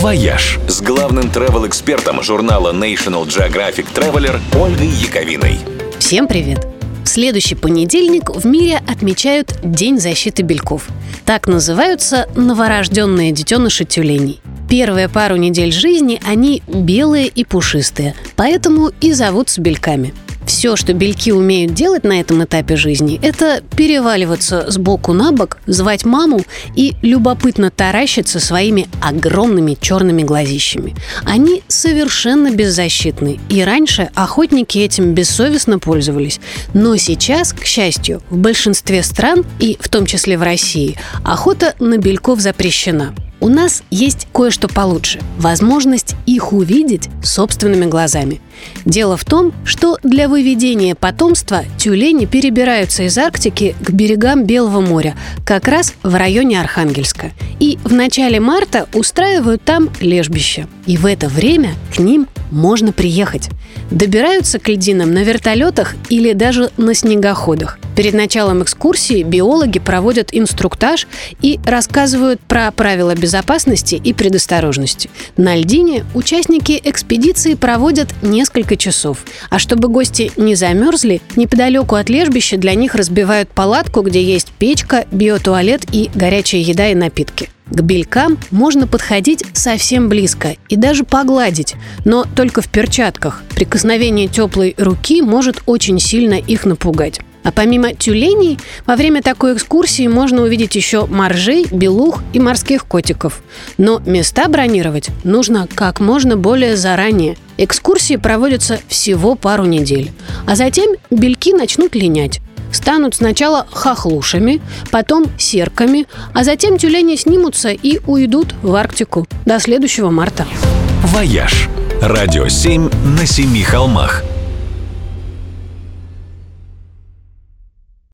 «Вояж» с главным travel-экспертом журнала National Geographic Traveler Ольгой Яковиной. Всем привет! В следующий понедельник в мире отмечают День защиты белков. Так называются новорожденные детеныши тюленей. Первые пару недель жизни они белые и пушистые, поэтому и зовутся бельками. Все, что бельки умеют делать на этом этапе жизни, это переваливаться с боку на бок, звать маму и любопытно таращиться своими огромными черными глазищами. Они совершенно беззащитны, и раньше охотники этим бессовестно пользовались. Но сейчас, к счастью, в большинстве стран, и в том числе в России, охота на бельков запрещена. У нас есть кое-что получше – возможность их увидеть собственными глазами. Дело в том, что для выведения потомства тюлени перебираются из Арктики к берегам Белого моря, как раз в районе Архангельска. И в начале марта устраивают там лежбище. И в это время к ним можно приехать. Добираются к льдинам на вертолетах или даже на снегоходах. Перед началом экскурсии биологи проводят инструктаж и рассказывают про правила безопасности и предосторожности. На льдине участники экспедиции проводят несколько часов. А чтобы гости не замерзли, неподалеку от лежбища для них разбивают палатку, где есть печка, биотуалет и горячая еда и напитки. К белькам можно подходить совсем близко и даже погладить, но только в перчатках. Прикосновение теплой руки может очень сильно их напугать. А помимо тюленей, во время такой экскурсии можно увидеть еще моржей, белух и морских котиков. Но места бронировать нужно как можно более заранее. Экскурсии проводятся всего пару недель. А затем бельки начнут линять. Станут сначала хохлушами, потом серками, а затем тюлени снимутся и уйдут в Арктику до следующего марта. «Вояж» – радио 7 на 7 холмах.